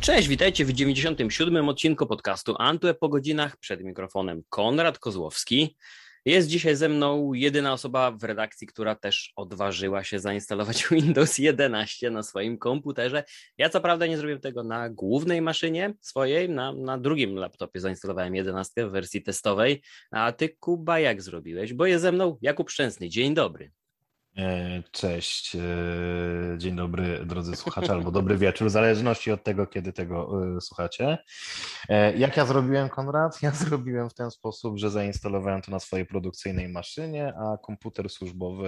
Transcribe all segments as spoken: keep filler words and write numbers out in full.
Cześć, witajcie w dziewięćdziesiątym siódmym odcinku podcastu Antweb po godzinach. Przed mikrofonem Konrad Kozłowski. Jest dzisiaj ze mną jedyna osoba w redakcji, która też odważyła się zainstalować Windows jedenaście na swoim komputerze. Ja co prawda nie zrobiłem tego na głównej maszynie swojej, na, na drugim laptopie zainstalowałem jedenastkę w wersji testowej. A ty, Kuba, jak zrobiłeś? Bo jest ze mną Jakub Szczęsny. Dzień dobry. Cześć, dzień dobry drodzy słuchacze, albo dobry wieczór, w zależności od tego, kiedy tego słuchacie. Jak ja zrobiłem, Konrad? Ja zrobiłem w ten sposób, że zainstalowałem to na swojej produkcyjnej maszynie, a komputer służbowy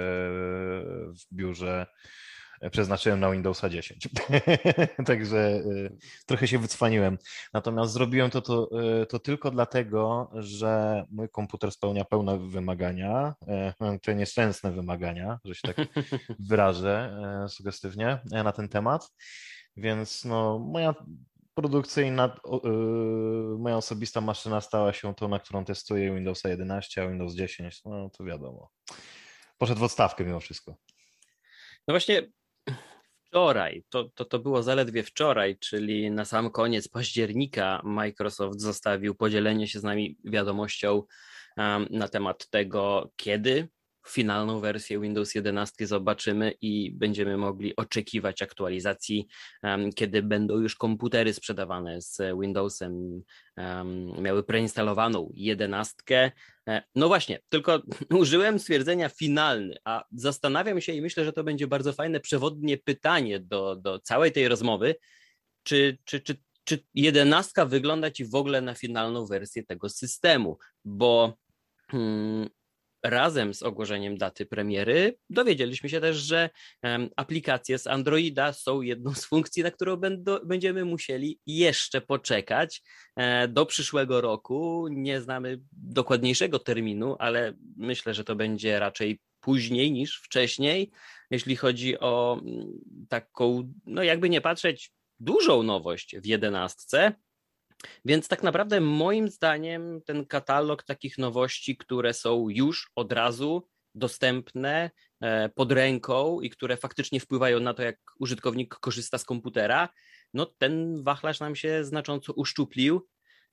w biurze przeznaczyłem na Windowsa dziesięć. Także trochę się wycwaniłem. Natomiast zrobiłem to, to, to tylko dlatego, że mój komputer spełnia pełne wymagania, te nieszczęsne wymagania, że się tak wyrażę sugestywnie na ten temat. Więc no, moja produkcyjna, moja osobista maszyna stała się tą, na którą testuję Windowsa jedenaście, a Windows dziesięć, no to wiadomo. Poszedł w odstawkę mimo wszystko. No właśnie wczoraj, to, to, to było zaledwie wczoraj, czyli na sam koniec października Microsoft zostawił podzielenie się z nami wiadomością um, na temat tego, kiedy finalną wersję Windows jedenaście zobaczymy i będziemy mogli oczekiwać aktualizacji, um, kiedy będą już komputery sprzedawane z Windowsem, um, miały preinstalowaną jedenastkę. No właśnie, tylko użyłem stwierdzenia finalny, a zastanawiam się i myślę, że to będzie bardzo fajne przewodnie pytanie do, do całej tej rozmowy, czy, czy, czy, czy jedenastka wygląda ci w ogóle na finalną wersję tego systemu, bo hmm, razem z ogłoszeniem daty premiery dowiedzieliśmy się też, że um, aplikacje z Androida są jedną z funkcji, na którą będą, będziemy musieli jeszcze poczekać e, do przyszłego roku. Nie znamy dokładniejszego terminu, ale myślę, że to będzie raczej później niż wcześniej, jeśli chodzi o taką, no jakby nie patrzeć, dużą nowość w jedenastce. Więc tak naprawdę moim zdaniem ten katalog takich nowości, które są już od razu dostępne, pod ręką i które faktycznie wpływają na to, jak użytkownik korzysta z komputera, no ten wachlarz nam się znacząco uszczuplił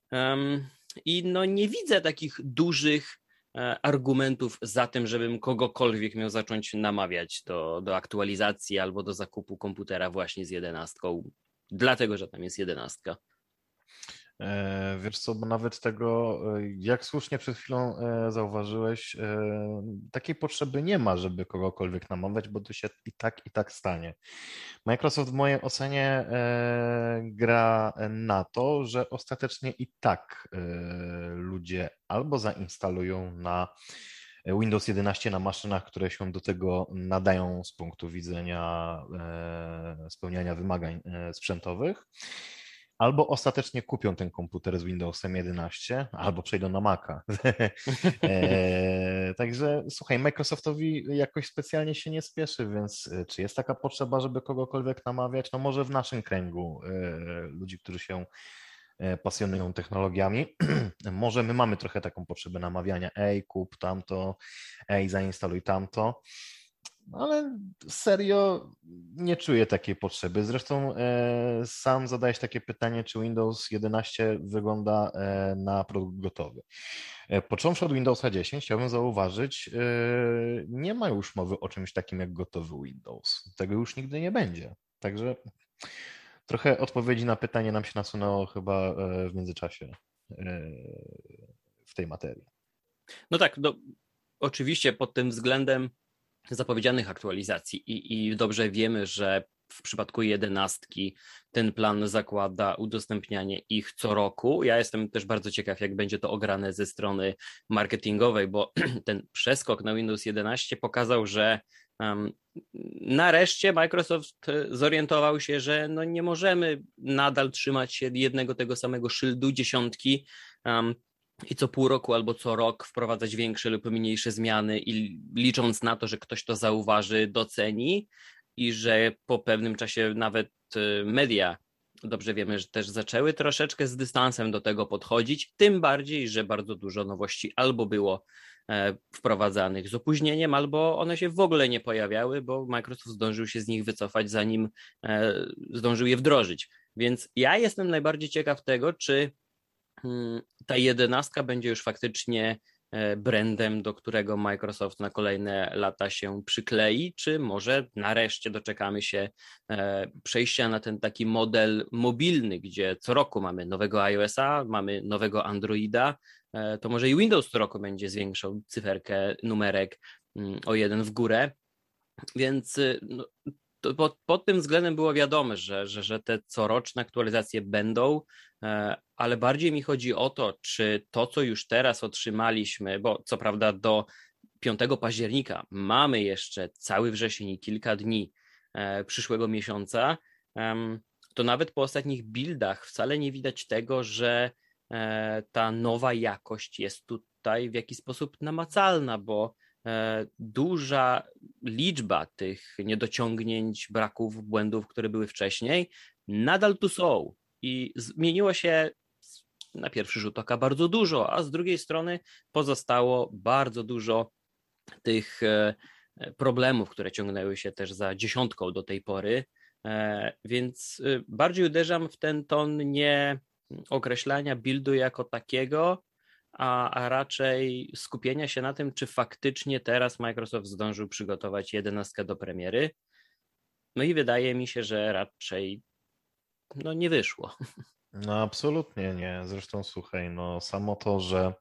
i no nie widzę takich dużych argumentów za tym, żebym kogokolwiek miał zacząć namawiać do, do aktualizacji albo do zakupu komputera właśnie z jedenastką, dlatego, że tam jest jedenastka. Wiesz co, bo nawet tego, jak słusznie przed chwilą zauważyłeś, takiej potrzeby nie ma, żeby kogokolwiek namawiać, bo to się i tak, i tak stanie. Microsoft w mojej ocenie gra na to, że ostatecznie i tak ludzie albo zainstalują na Windows jedenaście na maszynach, które się do tego nadają z punktu widzenia spełniania wymagań sprzętowych, albo ostatecznie kupią ten komputer z Windowsem jedenaście, albo przejdą na Maca. e, także słuchaj, Microsoftowi jakoś specjalnie się nie spieszy, więc czy jest taka potrzeba, żeby kogokolwiek namawiać? No może w naszym kręgu e, ludzi, którzy się pasjonują technologiami. Może my mamy trochę taką potrzebę namawiania, ej, kup tamto, ej, zainstaluj tamto. Ale serio nie czuję takiej potrzeby. Zresztą e, sam zadałeś takie pytanie, czy Windows jedenaście wygląda e, na produkt gotowy. E, począwszy od Windowsa dziesięć, chciałbym zauważyć, e, nie ma już mowy o czymś takim jak gotowy Windows. Tego już nigdy nie będzie. Także trochę odpowiedzi na pytanie nam się nasunęło chyba e, w międzyczasie e, w tej materii. No tak, no, oczywiście pod tym względem zapowiedzianych aktualizacji i, i dobrze wiemy, że w przypadku jedenastki ten plan zakłada udostępnianie ich co roku. Ja jestem też bardzo ciekaw, jak będzie to ograne ze strony marketingowej, bo ten przeskok na Windows jedenaście pokazał, że um, nareszcie Microsoft zorientował się, że no nie możemy nadal trzymać się jednego tego samego szyldu dziesiątki, um, i co pół roku albo co rok wprowadzać większe lub mniejsze zmiany i licząc na to, że ktoś to zauważy, doceni i że po pewnym czasie nawet media, dobrze wiemy, że też zaczęły troszeczkę z dystansem do tego podchodzić, tym bardziej, że bardzo dużo nowości albo było wprowadzanych z opóźnieniem, albo one się w ogóle nie pojawiały, bo Microsoft zdążył się z nich wycofać, zanim zdążył je wdrożyć. Więc ja jestem najbardziej ciekaw tego, czy ta jedenastka będzie już faktycznie brandem, do którego Microsoft na kolejne lata się przyklei, czy może nareszcie doczekamy się przejścia na ten taki model mobilny, gdzie co roku mamy nowego iOS-a, mamy nowego Androida, to może i Windows co roku będzie zwiększał cyferkę numerek o jeden w górę, więc no, to pod, pod tym względem było wiadome, że, że, że te coroczne aktualizacje będą, ale bardziej mi chodzi o to, czy to, co już teraz otrzymaliśmy, bo co prawda do piątego października mamy jeszcze cały wrzesień i kilka dni przyszłego miesiąca, to nawet po ostatnich buildach wcale nie widać tego, że ta nowa jakość jest tutaj w jakiś sposób namacalna, bo duża liczba tych niedociągnięć, braków, błędów, które były wcześniej, nadal tu są i zmieniło się na pierwszy rzut oka bardzo dużo, a z drugiej strony pozostało bardzo dużo tych problemów, które ciągnęły się też za dziesiątką do tej pory, więc bardziej uderzam w ten ton nie określania buildu jako takiego, A, a raczej skupienia się na tym, czy faktycznie teraz Microsoft zdążył przygotować jedenastkę do premiery. No i wydaje mi się, że raczej no nie wyszło. No absolutnie nie. Zresztą słuchaj, no samo to, że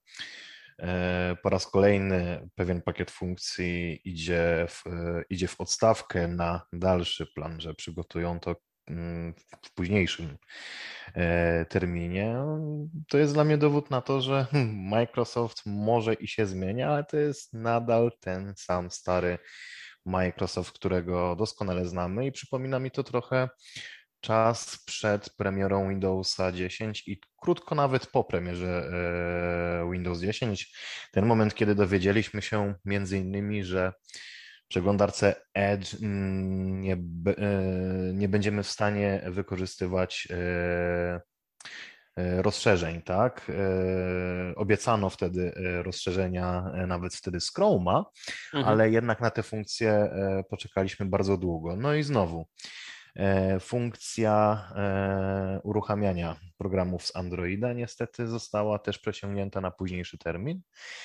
po raz kolejny pewien pakiet funkcji idzie w, idzie w odstawkę na dalszy plan, że przygotują to w późniejszym terminie, to jest dla mnie dowód na to, że Microsoft może i się zmienia, ale to jest nadal ten sam stary Microsoft, którego doskonale znamy i przypomina mi to trochę czas przed premierą Windowsa dziesięć i krótko nawet po premierze Windows dziesięć. Ten moment, kiedy dowiedzieliśmy się między innymi, że w przeglądarce Edge nie, nie będziemy w stanie wykorzystywać rozszerzeń, tak? Obiecano wtedy rozszerzenia nawet wtedy z Chroma, mhm. ale jednak na te funkcje poczekaliśmy bardzo długo. No i znowu funkcja uruchamiania programów z Androida niestety została też przeciągnięta na późniejszy termin.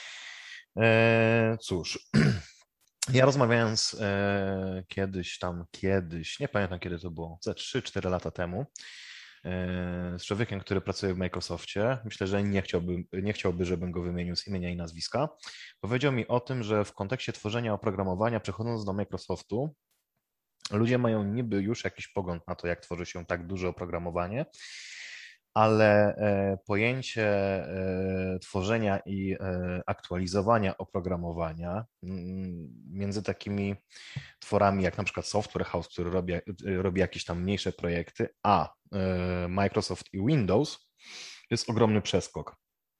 Cóż, ja rozmawiając e, kiedyś tam, kiedyś, nie pamiętam kiedy to było, ze trzy cztery lata temu, e, z człowiekiem, który pracuje w Microsoftie, myślę, że nie chciałby, nie chciałby, żebym go wymienił z imienia i nazwiska, powiedział mi o tym, że w kontekście tworzenia oprogramowania, przechodząc do Microsoftu, ludzie mają niby już jakiś pogląd na to, jak tworzy się tak duże oprogramowanie, ale pojęcie tworzenia i aktualizowania oprogramowania między takimi tworami jak na przykład Software House, który robi, robi jakieś tam mniejsze projekty, a Microsoft i Windows jest ogromny przeskok.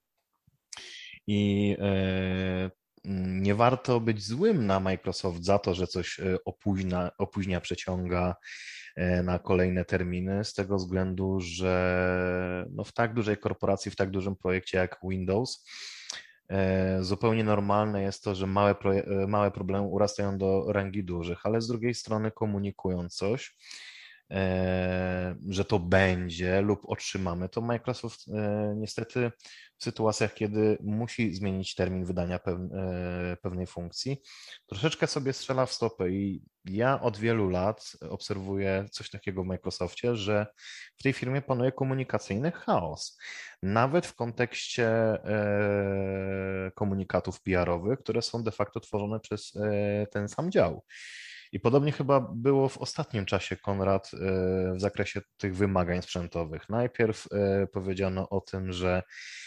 I nie warto być złym na Microsoft za to, że coś opóźnia, opóźnia przeciąga na kolejne terminy, z tego względu, że no w tak dużej korporacji, w tak dużym projekcie jak Windows, zupełnie normalne jest to, że małe, małe problemy urastają do rangi dużych, ale z drugiej strony komunikując coś, że to będzie lub otrzymamy, to Microsoft niestety w sytuacjach, kiedy musi zmienić termin wydania pewnej funkcji, troszeczkę sobie strzela w stopę i ja od wielu lat obserwuję coś takiego w Microsoftie, że w tej firmie panuje komunikacyjny chaos. Nawet w kontekście komunikatów P R-owych, które są de facto tworzone przez ten sam dział. I podobnie chyba było w ostatnim czasie, Konrad, w zakresie tych wymagań sprzętowych. Najpierw powiedziano o tym, że,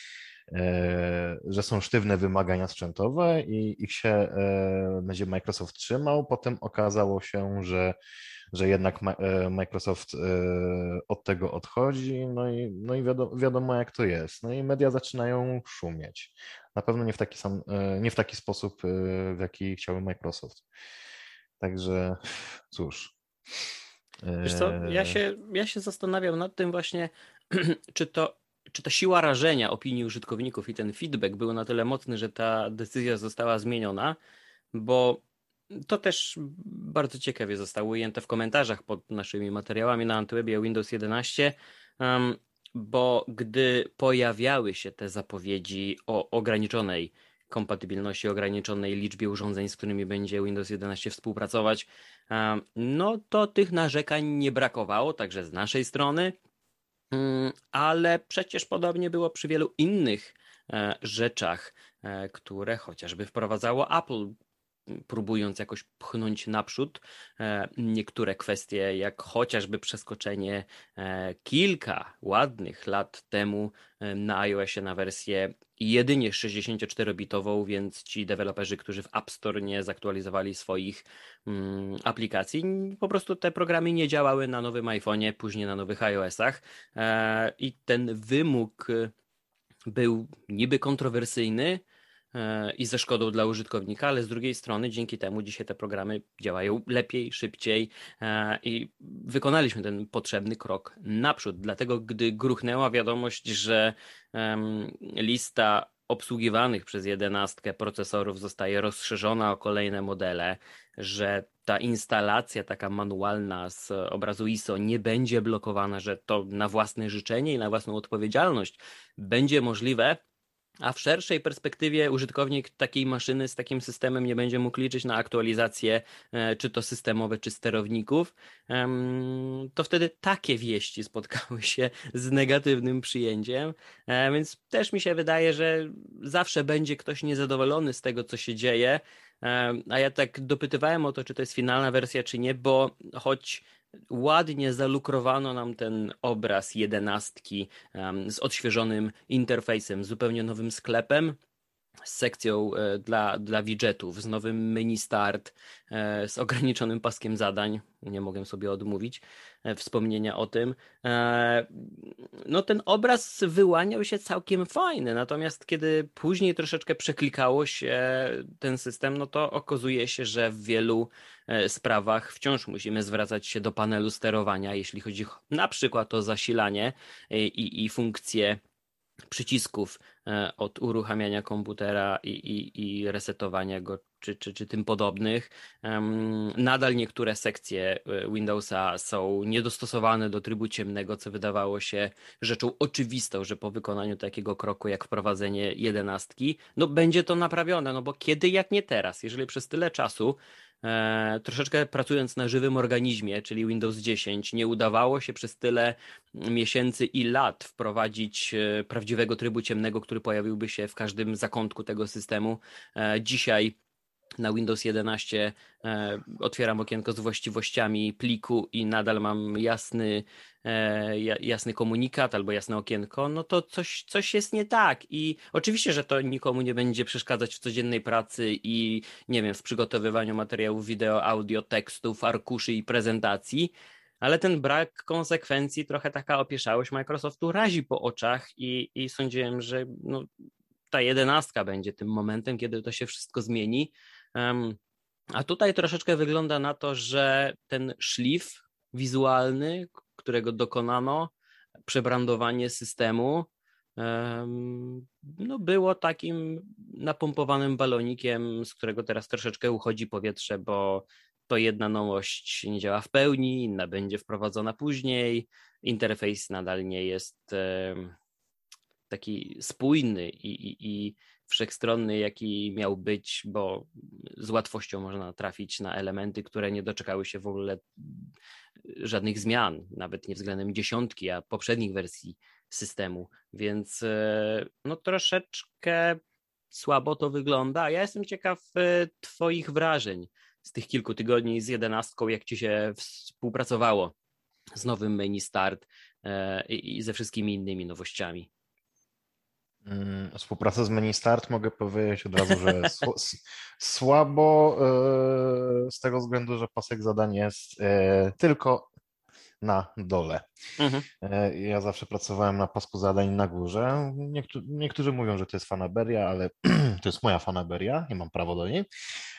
że są sztywne wymagania sprzętowe i ich się będzie Microsoft trzymał. Potem okazało się, że, że jednak Microsoft od tego odchodzi, no i, no i wiadomo, wiadomo jak to jest. No i media zaczynają szumieć. Na pewno nie w taki sam, nie w taki sposób, w jaki chciałby Microsoft. Także cóż. Wiesz co, ja się, ja się zastanawiam nad tym właśnie, czy to, czy ta siła rażenia opinii użytkowników i ten feedback był na tyle mocny, że ta decyzja została zmieniona, bo To też bardzo ciekawie zostało ujęte w komentarzach pod naszymi materiałami na Antywebie Windows jedenaście, um, bo gdy pojawiały się te zapowiedzi o ograniczonej kompatybilności, ograniczonej liczbie urządzeń, z którymi będzie Windows jedenaście współpracować, um, no to tych narzekań nie brakowało, także z naszej strony, um, ale przecież podobnie było przy wielu innych e, rzeczach, e, które chociażby wprowadzało Apple, próbując jakoś pchnąć naprzód e, niektóre kwestie, jak chociażby przeskoczenie e, kilka ładnych lat temu e, na iOSie na wersję jedynie sześćdziesięcioczterobitową, więc ci deweloperzy, którzy w App Store nie zaktualizowali swoich mm, aplikacji, po prostu te programy nie działały na nowym iPhone'ie, później na nowych iOSach e, i ten wymóg był niby kontrowersyjny i ze szkodą dla użytkownika, ale z drugiej strony dzięki temu dzisiaj te programy działają lepiej, szybciej i wykonaliśmy ten potrzebny krok naprzód. Dlatego gdy gruchnęła wiadomość, że lista obsługiwanych przez jedenastkę procesorów zostaje rozszerzona o kolejne modele, że ta instalacja taka manualna z obrazu I S O nie będzie blokowana, że to na własne życzenie i na własną odpowiedzialność będzie możliwe, a w szerszej perspektywie użytkownik takiej maszyny z takim systemem nie będzie mógł liczyć na aktualizacje, czy to systemowe, czy sterowników, to wtedy takie wieści spotkały się z negatywnym przyjęciem, więc też mi się wydaje, że zawsze będzie ktoś niezadowolony z tego, co się dzieje, a ja tak dopytywałem o to, czy to jest finalna wersja, czy nie, bo choć ładnie zalukrowano nam ten obraz jedenastki um, z odświeżonym interfejsem, zupełnie nowym sklepem, z sekcją e, dla, dla widgetów, z nowym menu start, e, z ograniczonym paskiem zadań. Nie mogę sobie odmówić e, wspomnienia o tym. E, no ten obraz wyłaniał się całkiem fajny, natomiast kiedy później troszeczkę przeklikało się ten system, no to okazuje się, że w wielu e, sprawach wciąż musimy zwracać się do panelu sterowania, jeśli chodzi na przykład o zasilanie i, i, i funkcje przycisków od uruchamiania komputera i, i, i resetowania go, czy, czy, czy tym podobnych. Nadal niektóre sekcje Windowsa są niedostosowane do trybu ciemnego, co wydawało się rzeczą oczywistą, że po wykonaniu takiego kroku jak wprowadzenie jedenastki, no będzie to naprawione, no bo kiedy jak nie teraz, jeżeli przez tyle czasu E, troszeczkę pracując na żywym organizmie, czyli Windows dziesięć, nie udawało się przez tyle miesięcy i lat wprowadzić e, prawdziwego trybu ciemnego, który pojawiłby się w każdym zakątku tego systemu. E, dzisiaj na Windows jedenaście e, otwieram okienko z właściwościami pliku i nadal mam jasny, e, jasny komunikat albo jasne okienko, no to coś, coś jest nie tak. I oczywiście, że to nikomu nie będzie przeszkadzać w codziennej pracy i nie wiem, w przygotowywaniu materiałów wideo, audio, tekstów, arkuszy i prezentacji, ale ten brak konsekwencji, trochę taka opieszałość Microsoftu razi po oczach i, i sądziłem, że no, ta jedenastka będzie tym momentem, kiedy to się wszystko zmieni. A tutaj troszeczkę wygląda na to, że ten szlif wizualny, którego dokonano, przebrandowanie systemu, no było takim napompowanym balonikiem, z którego teraz troszeczkę uchodzi powietrze, bo to jedna nowość nie działa w pełni, inna będzie wprowadzona później, interfejs nadal nie jest taki spójny i, i, i wszechstronny, jaki miał być, bo z łatwością można trafić na elementy, które nie doczekały się w ogóle żadnych zmian, nawet nie względem dziesiątki, a poprzednich wersji systemu, więc no troszeczkę słabo to wygląda. Ja jestem ciekaw twoich wrażeń z tych kilku tygodni z jedenastką, jak ci się współpracowało z nowym menu start i, i ze wszystkimi innymi nowościami. Współpraca z menu start mogę powiedzieć od razu, że słabo z tego względu, że pasek zadań jest tylko na dole. Mhm. Ja zawsze pracowałem na pasku zadań na górze. Niektó- niektórzy mówią, że to jest fanaberia, ale to jest moja fanaberia, nie mam prawa do niej.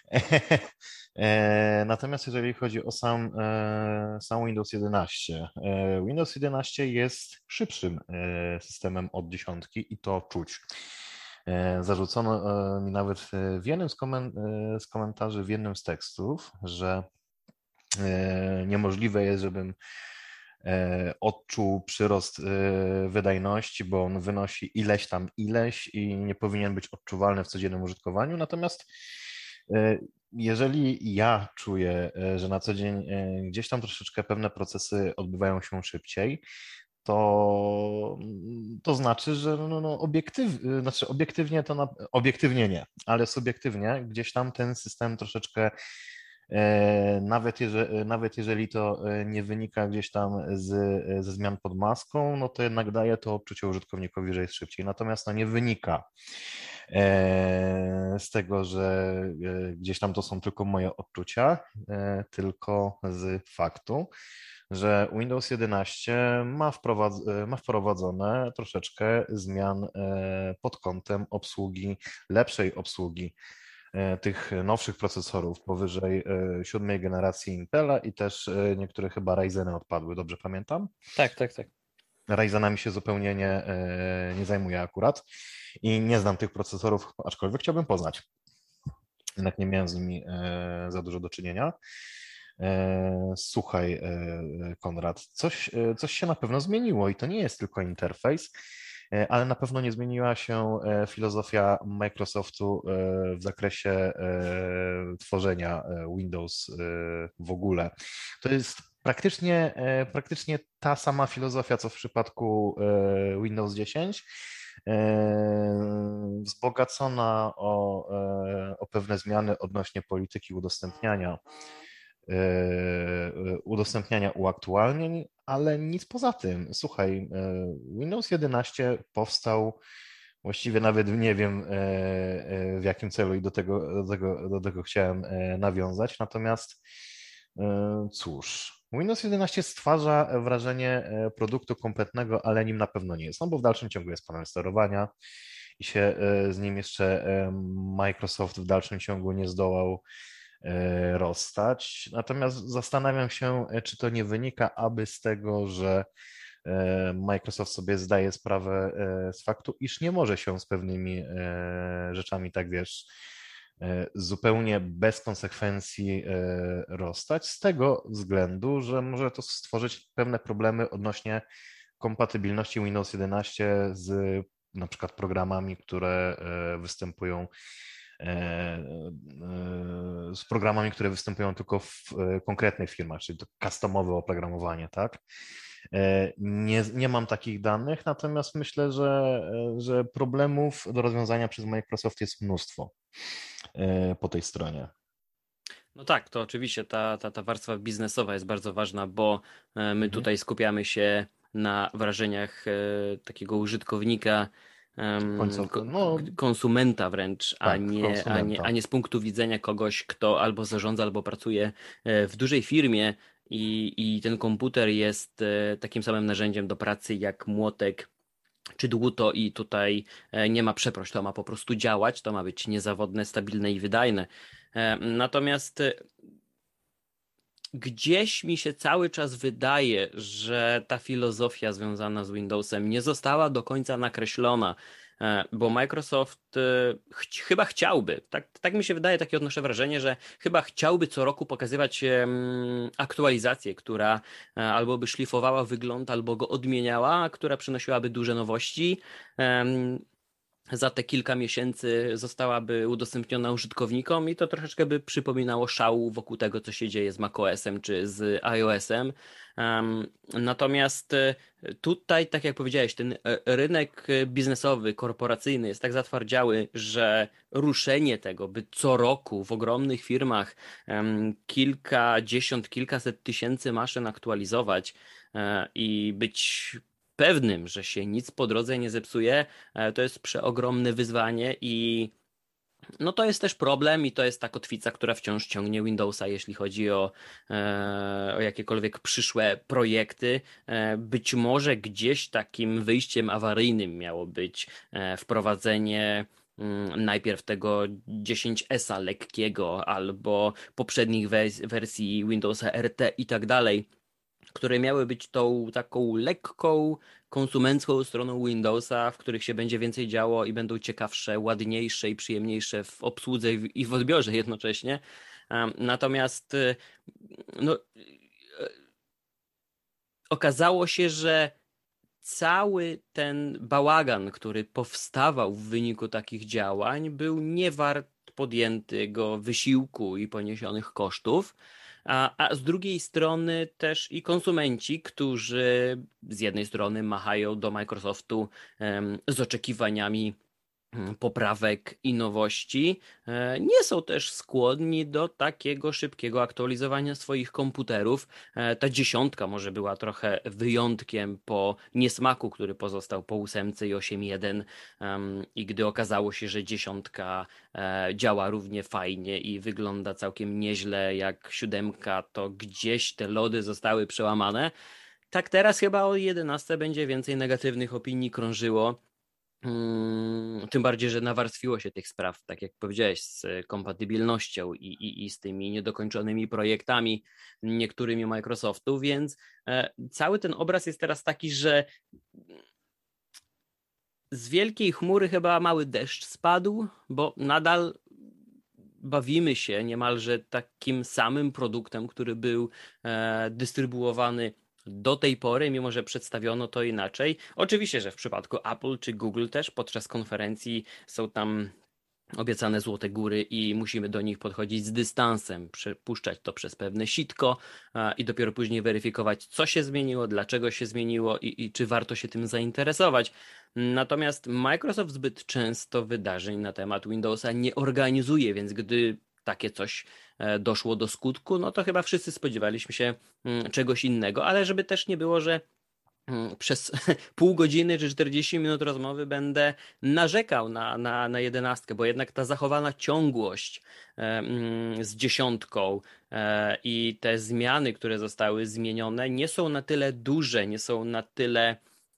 Natomiast jeżeli chodzi o sam, sam Windows jedenaście, Windows jedenaście jest szybszym systemem od dziesiątki i to czuć. Zarzucono mi nawet w jednym z, komen- z komentarzy, w jednym z tekstów, że niemożliwe jest, żebym odczuł przyrost wydajności, bo on wynosi ileś tam ileś i nie powinien być odczuwalny w codziennym użytkowaniu. Natomiast jeżeli ja czuję, że na co dzień gdzieś tam troszeczkę pewne procesy odbywają się szybciej, to, to znaczy, że no, no obiektyw, znaczy obiektywnie to na, obiektywnie nie, ale subiektywnie gdzieś tam ten system troszeczkę, e, nawet, jeżeli, nawet jeżeli to nie wynika gdzieś tam z, ze zmian pod maską, no to jednak daje to odczucie użytkownikowi, że jest szybciej. Natomiast to nie wynika e, z tego, że e, gdzieś tam to są tylko moje odczucia, e, tylko z faktu, że Windows jedenaście ma, wprowadz- ma wprowadzone troszeczkę zmian pod kątem obsługi, lepszej obsługi tych nowszych procesorów powyżej siódmej generacji Intela i też niektóre chyba Ryzeny odpadły, dobrze pamiętam? Tak, tak, tak. Ryzenami się zupełnie nie, nie zajmuję akurat i nie znam tych procesorów, aczkolwiek chciałbym poznać. Jednak nie miałem z nimi za dużo do czynienia. Słuchaj, Konrad, coś, coś się na pewno zmieniło i to nie jest tylko interfejs, ale na pewno nie zmieniła się filozofia Microsoftu w zakresie tworzenia Windows w ogóle. To jest praktycznie, praktycznie ta sama filozofia, co w przypadku Windows dziesięć, wzbogacona o, o pewne zmiany odnośnie polityki udostępniania udostępniania uaktualnień, ale nic poza tym. Słuchaj, Windows jedenaście powstał, właściwie nawet nie wiem w jakim celu i do tego, do tego, do tego chciałem nawiązać, natomiast cóż, Windows jedenaście stwarza wrażenie produktu kompletnego, ale nim na pewno nie jest, no bo w dalszym ciągu jest panel sterowania i się z nim jeszcze Microsoft w dalszym ciągu nie zdołał rozstać. Natomiast zastanawiam się, czy to nie wynika aby z tego, że Microsoft sobie zdaje sprawę z faktu, iż nie może się z pewnymi rzeczami, tak wiesz, zupełnie bez konsekwencji rozstać, z tego względu, że może to stworzyć pewne problemy odnośnie kompatybilności Windows jedenaście z na przykład programami, które występują z programami, które występują tylko w konkretnych firmach, czyli to customowe oprogramowanie, tak? Nie, nie mam takich danych, natomiast myślę, że, że problemów do rozwiązania przez Microsoft jest mnóstwo po tej stronie. No tak, to oczywiście ta, ta, ta warstwa biznesowa jest bardzo ważna, bo my Mhm. tutaj skupiamy się na wrażeniach takiego użytkownika, Końcowy, no, konsumenta wręcz, a tak, nie, a nie, konsumenta. a nie z punktu widzenia kogoś, kto albo zarządza, albo pracuje w dużej firmie i, i ten komputer jest takim samym narzędziem do pracy jak młotek czy dłuto i tutaj nie ma przeproś, to ma po prostu działać, to ma być niezawodne, stabilne i wydajne. Natomiast gdzieś mi się cały czas wydaje, że ta filozofia związana z Windowsem nie została do końca nakreślona, bo Microsoft ch chyba chciałby, tak, tak mi się wydaje, takie odnoszę wrażenie, że chyba chciałby co roku pokazywać um, aktualizację, która albo by szlifowała wygląd, albo go odmieniała, która przynosiłaby duże nowości. Um, za te kilka miesięcy zostałaby udostępniona użytkownikom i to troszeczkę by przypominało szał wokół tego, co się dzieje z macOSem czy z iOSem. Um, natomiast tutaj, tak jak powiedziałeś, ten rynek biznesowy, korporacyjny jest tak zatwardziały, że ruszenie tego, by co roku w ogromnych firmach um, kilkadziesiąt, kilkaset tysięcy maszyn aktualizować um, i być pewnym, że się nic po drodze nie zepsuje, to jest przeogromne wyzwanie i no to jest też problem i to jest ta kotwica, która wciąż ciągnie Windowsa, jeśli chodzi o, e, o jakiekolwiek przyszłe projekty. E, być może gdzieś takim wyjściem awaryjnym miało być e, wprowadzenie mm, najpierw tego dziesięć S a lekkiego albo poprzednich wers- wersji Windowsa R T i tak dalej, które miały być tą taką lekką, konsumencką stroną Windowsa, w których się będzie więcej działo i będą ciekawsze, ładniejsze i przyjemniejsze w obsłudze i w odbiorze jednocześnie. Natomiast no, okazało się, że cały ten bałagan, który powstawał w wyniku takich działań, był nie wart podjętego wysiłku i poniesionych kosztów. A, a z drugiej strony też i konsumenci, którzy z jednej strony machają do Microsoftu em, z oczekiwaniami poprawek i nowości, nie są też skłonni do takiego szybkiego aktualizowania swoich komputerów. Ta dziesiątka może była trochę wyjątkiem po niesmaku, który pozostał po ósemce i osiem jeden i gdy okazało się, że dziesiątka działa równie fajnie i wygląda całkiem nieźle jak siódemka, to gdzieś te lody zostały przełamane. Tak teraz chyba o jedenastce będzie więcej negatywnych opinii krążyło. Hmm, tym bardziej, że nawarstwiło się tych spraw, tak jak powiedziałeś, z kompatybilnością i, i, i z tymi niedokończonymi projektami niektórymi Microsoftu, więc e, cały ten obraz jest teraz taki, że z wielkiej chmury chyba mały deszcz spadł, bo nadal bawimy się niemalże takim samym produktem, który był e, dystrybuowany do tej pory, mimo że przedstawiono to inaczej. Oczywiście, że w przypadku Apple czy Google też podczas konferencji są tam obiecane złote góry i musimy do nich podchodzić z dystansem, przepuszczać to przez pewne sitko i dopiero później weryfikować, co się zmieniło, dlaczego się zmieniło i, i czy warto się tym zainteresować. Natomiast Microsoft zbyt często wydarzeń na temat Windowsa nie organizuje, więc gdy takie coś doszło do skutku, no to chyba wszyscy spodziewaliśmy się czegoś innego, ale żeby też nie było, że przez pół godziny czy czterdzieści minut rozmowy będę narzekał na, na, na jedenastkę, bo jednak ta zachowana ciągłość z dziesiątką i te zmiany, które zostały zmienione, nie są na tyle duże, nie są na tyle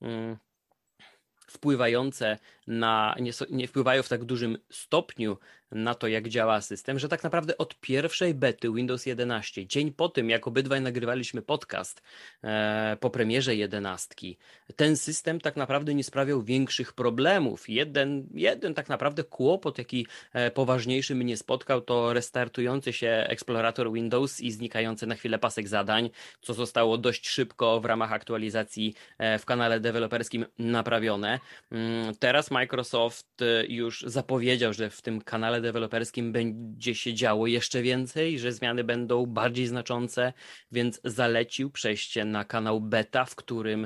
wpływające na, nie, nie wpływają w tak dużym stopniu na to, jak działa system, że tak naprawdę od pierwszej bety Windows jedenaście, dzień po tym, jak obydwaj nagrywaliśmy podcast e, po premierze jedenastki, ten system tak naprawdę nie sprawiał większych problemów. Jeden, jeden tak naprawdę kłopot, jaki e, poważniejszy mnie spotkał, to restartujący się eksplorator Windows i znikający na chwilę pasek zadań, co zostało dość szybko w ramach aktualizacji e, w kanale deweloperskim naprawione. Teraz Microsoft już zapowiedział, że w tym kanale deweloperskim będzie się działo jeszcze więcej, że zmiany będą bardziej znaczące, więc zalecił przejście na kanał beta, w którym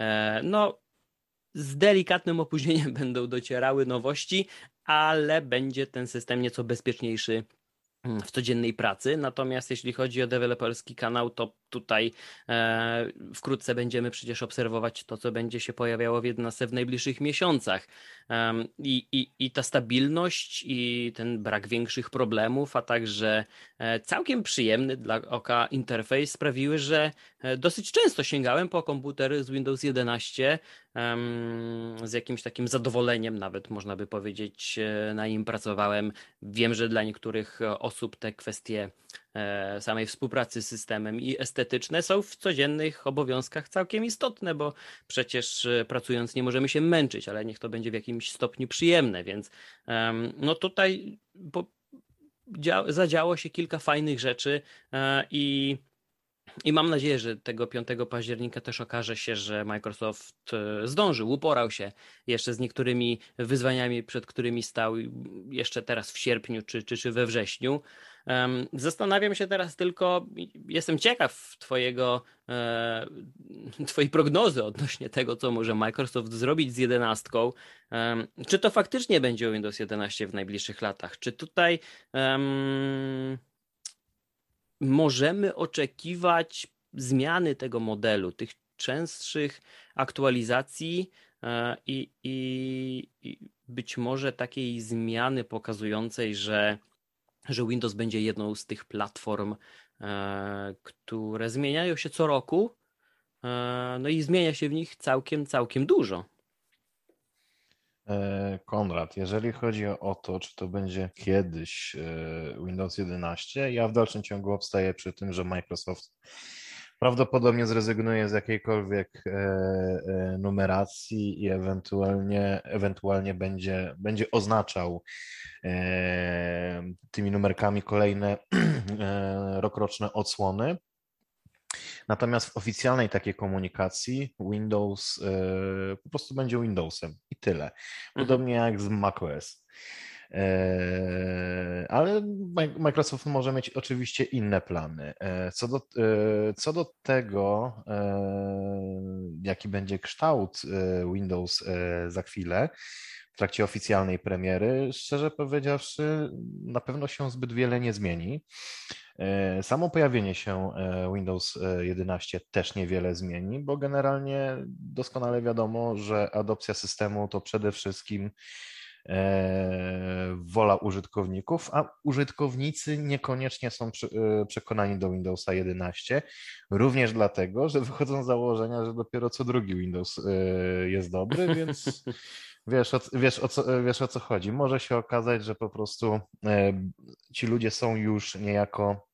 no z delikatnym opóźnieniem będą docierały nowości, ale będzie ten system nieco bezpieczniejszy w codziennej pracy. Natomiast jeśli chodzi o deweloperski kanał, to tutaj e, wkrótce będziemy przecież obserwować to, co będzie się pojawiało w jedenastce w najbliższych miesiącach. Um, i, i, I ta stabilność i ten brak większych problemów, a także e, całkiem przyjemny dla oka interfejs sprawiły, że e, dosyć często sięgałem po komputery z Windows jedenaście um, z jakimś takim zadowoleniem, nawet można by powiedzieć, e, na nim pracowałem. Wiem, że dla niektórych osób te kwestie e, samej współpracy z systemem i estetyczne są w codziennych obowiązkach całkiem istotne, bo przecież e, pracując nie możemy się męczyć, ale niech to będzie w jakimś stopniu przyjemne, więc um, no tutaj po, dzia, zadziało się kilka fajnych rzeczy e, i I mam nadzieję, że tego piątego października też okaże się, że Microsoft zdążył, uporał się jeszcze z niektórymi wyzwaniami, przed którymi stał jeszcze teraz w sierpniu czy, czy, czy we wrześniu. Um, zastanawiam się teraz tylko, jestem ciekaw twojego, e, twojej prognozy odnośnie tego, co może Microsoft zrobić z jedenastką. Um, czy to faktycznie będzie Windows jedenaście w najbliższych latach? Czy tutaj... Um, możemy oczekiwać zmiany tego modelu, tych częstszych aktualizacji i, i, i być może takiej zmiany pokazującej, że, że Windows będzie jedną z tych platform, które zmieniają się co roku, no i zmienia się w nich całkiem, całkiem dużo. Konrad, jeżeli chodzi o to, czy to będzie kiedyś Windows jedenaście, ja w dalszym ciągu obstaję przy tym, że Microsoft Prawdopodobnie zrezygnuje z jakiejkolwiek e, e, numeracji i ewentualnie, ewentualnie będzie, będzie oznaczał e, tymi numerkami kolejne e, rokroczne odsłony. Natomiast w oficjalnej takiej komunikacji Windows e, po prostu będzie Windowsem i tyle. Mhm. Podobnie jak z macOS. E, Ale Mi- Microsoft może mieć oczywiście inne plany. E, Co do, e, co do tego, e, jaki będzie kształt e, Windows e, za chwilę, w trakcie oficjalnej premiery, szczerze powiedziawszy, na pewno się zbyt wiele nie zmieni. E, Samo pojawienie się e, Windows e, jedenaście też niewiele zmieni, bo generalnie doskonale wiadomo, że adopcja systemu to przede wszystkim e, wola użytkowników, a użytkownicy niekoniecznie są przy- e, przekonani do Windowsa jedenaście, również dlatego, że wychodzą z założenia, że dopiero co drugi Windows e, jest dobry, więc wiesz o, wiesz, o co, wiesz o co chodzi. Może się okazać, że po prostu e, ci ludzie są już niejako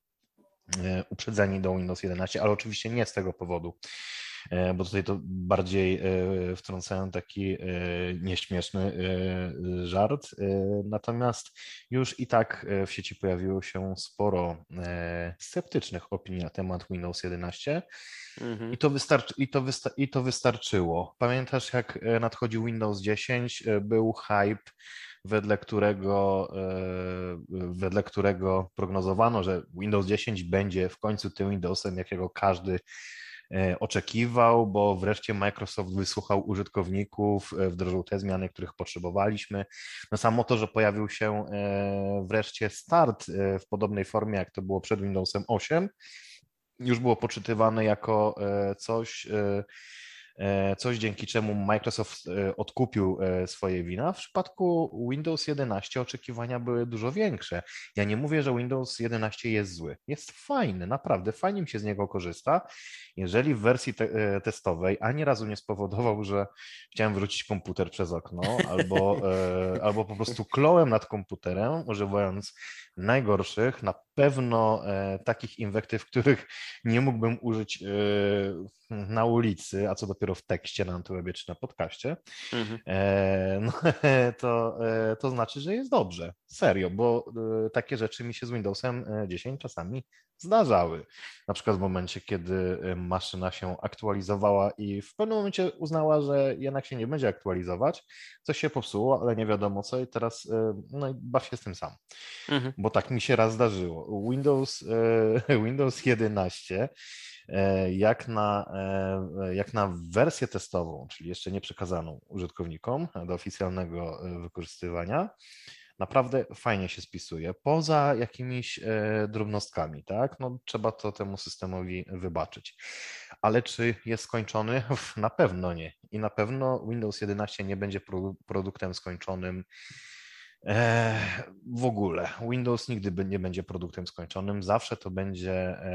e, uprzedzeni do Windows jedenaście, ale oczywiście nie z tego powodu, e, bo tutaj to bardziej e, wtrącałem taki e, nieśmieszny e, żart. E, Natomiast już i tak e, w sieci pojawiło się sporo e, sceptycznych opinii na temat Windows jedenaście. Mhm. I to, wystarczy, i, to wysta, I to wystarczyło. Pamiętasz, jak e, nadchodził Windows dziesięć, e, był hype, wedle którego, e, wedle którego prognozowano, że Windows dziesięć będzie w końcu tym Windowsem, jakiego każdy e, oczekiwał, bo wreszcie Microsoft wysłuchał użytkowników, e, wdrożył te zmiany, których potrzebowaliśmy. No samo to, że pojawił się e, wreszcie start e, w podobnej formie, jak to było przed Windowsem osiem, już było poczytywane jako e, coś, e, e, coś dzięki czemu Microsoft e, odkupił e, swoje wina. W przypadku Windows jedenaście oczekiwania były dużo większe. Ja nie mówię, że Windows jedenaście jest zły. Jest fajny, naprawdę fajnie mi się z niego korzysta. Jeżeli w wersji te e, testowej ani razu nie spowodował, że chciałem wrócić komputer przez okno, albo, e, albo po prostu klołem nad komputerem, używając najgorszych, na pewno e, takich inwektyw, których nie mógłbym użyć e, na ulicy, a co dopiero w tekście na Antywebie czy na podcaście, Mhm. e, no, to, e, to znaczy, że jest dobrze. Serio, bo e, takie rzeczy mi się z Windowsem dziesięć czasami zdarzały. Na przykład w momencie, kiedy e, maszyna się aktualizowała i w pewnym momencie uznała, że jednak się nie będzie aktualizować, coś się popsuło, ale nie wiadomo co i teraz e, no i baw się z tym sam, Mhm. bo tak mi się raz zdarzyło. Windows, e, Windows jedenaście e, jak na, e, jak na wersję testową, czyli jeszcze nie przekazaną użytkownikom do oficjalnego e, wykorzystywania, naprawdę fajnie się spisuje, poza jakimiś e, drobnostkami, tak? No, trzeba to temu systemowi wybaczyć. Ale czy jest skończony? Na pewno nie. I na pewno Windows jedenaście nie będzie produ- produktem skończonym e, w ogóle. Windows nigdy by- nie będzie produktem skończonym. Zawsze to będzie,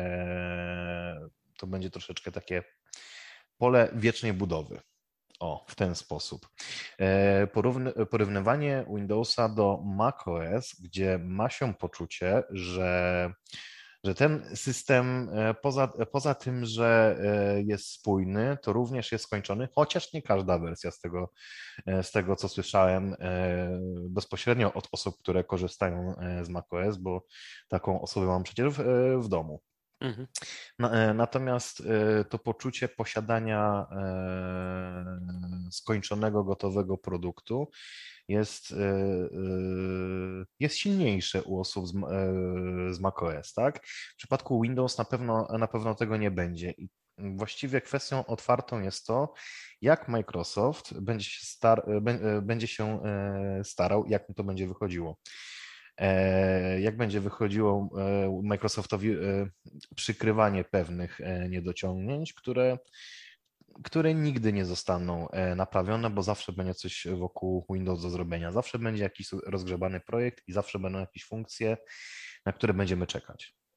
e, to będzie troszeczkę takie pole wiecznej budowy. O, w ten sposób. E, Porówny, porównywanie Windowsa do macOS, gdzie ma się poczucie, że, że ten system e, poza, poza tym, że e, jest spójny, to również jest skończony, chociaż nie każda wersja z tego, e, z tego co słyszałem e, bezpośrednio od osób, które korzystają e, z macOS, bo taką osobę mam przecież w, e, w domu. Mhm. Na- e, Natomiast e, to poczucie posiadania e, skończonego, gotowego produktu jest, e, e, jest silniejsze u osób z, m- e, z macOS, tak? W przypadku Windows na pewno, na pewno tego nie będzie. I właściwie kwestią otwartą jest to, jak Microsoft będzie się, star, e, bę- e, będzie się e, starał, jak mu to będzie wychodziło. E, Jak będzie wychodziło e, Microsoftowi e, przykrywanie pewnych e, niedociągnięć, które, które nigdy nie zostaną e, naprawione, bo zawsze będzie coś wokół Windows do zrobienia. Zawsze będzie jakiś rozgrzebany projekt i zawsze będą jakieś funkcje, na które będziemy czekać.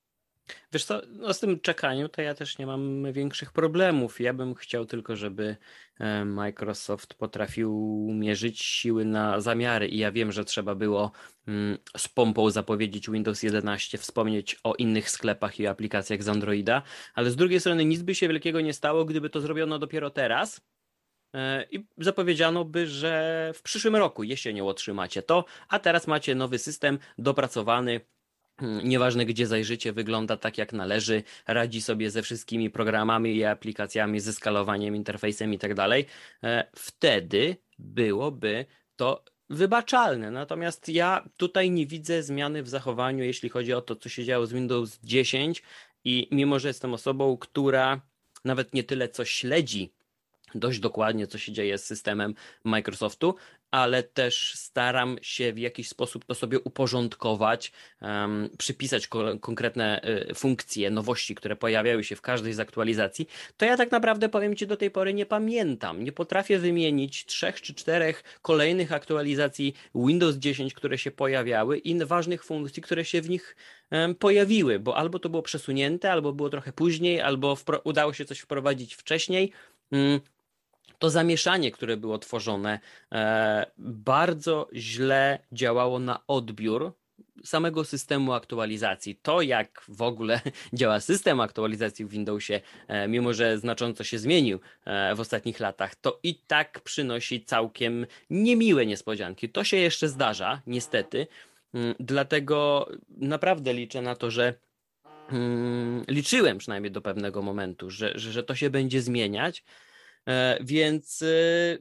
Wiesz co, no z tym czekaniu to ja też nie mam większych problemów. Ja bym chciał tylko, żeby e, Microsoft potrafił mierzyć siły na zamiary i ja wiem, że trzeba było mm, z pompą zapowiedzieć Windows jedenaście, wspomnieć o innych sklepach i aplikacjach z Androida, ale z drugiej strony nic by się wielkiego nie stało, gdyby to zrobiono dopiero teraz. e, I zapowiedziano by, że w przyszłym roku jesienią otrzymacie to, a teraz macie nowy system dopracowany. Hmm, Nieważne gdzie zajrzycie, wygląda tak jak należy, radzi sobie ze wszystkimi programami i aplikacjami, ze skalowaniem, interfejsem i tak dalej. E, Wtedy byłoby to wybaczalne. Natomiast ja tutaj nie widzę zmiany w zachowaniu, jeśli chodzi o to, co się działo z Windows dziesięć i mimo, że jestem osobą, która nawet nie tyle co śledzi dość dokładnie, co się dzieje z systemem Microsoftu, ale też staram się w jakiś sposób to sobie uporządkować, um, przypisać ko- konkretne y, funkcje, nowości, które pojawiały się w każdej z aktualizacji, to ja tak naprawdę powiem Ci do tej pory nie pamiętam. Nie potrafię wymienić trzech czy czterech kolejnych aktualizacji Windows dziesięć, które się pojawiały i ważnych funkcji, które się w nich em, pojawiły, bo albo to było przesunięte, albo było trochę później, albo wpro- udało się coś wprowadzić wcześniej. Mm, to zamieszanie, które było tworzone, e, bardzo źle działało na odbiór samego systemu aktualizacji. To, jak w ogóle działa system aktualizacji w Windowsie, e, mimo że znacząco się zmienił e, w ostatnich latach, to i tak przynosi całkiem niemiłe niespodzianki. To się jeszcze zdarza, niestety. Mm, Dlatego naprawdę liczę na to, że mm, liczyłem przynajmniej do pewnego momentu, że, że, że to się będzie zmieniać. E, Więc e,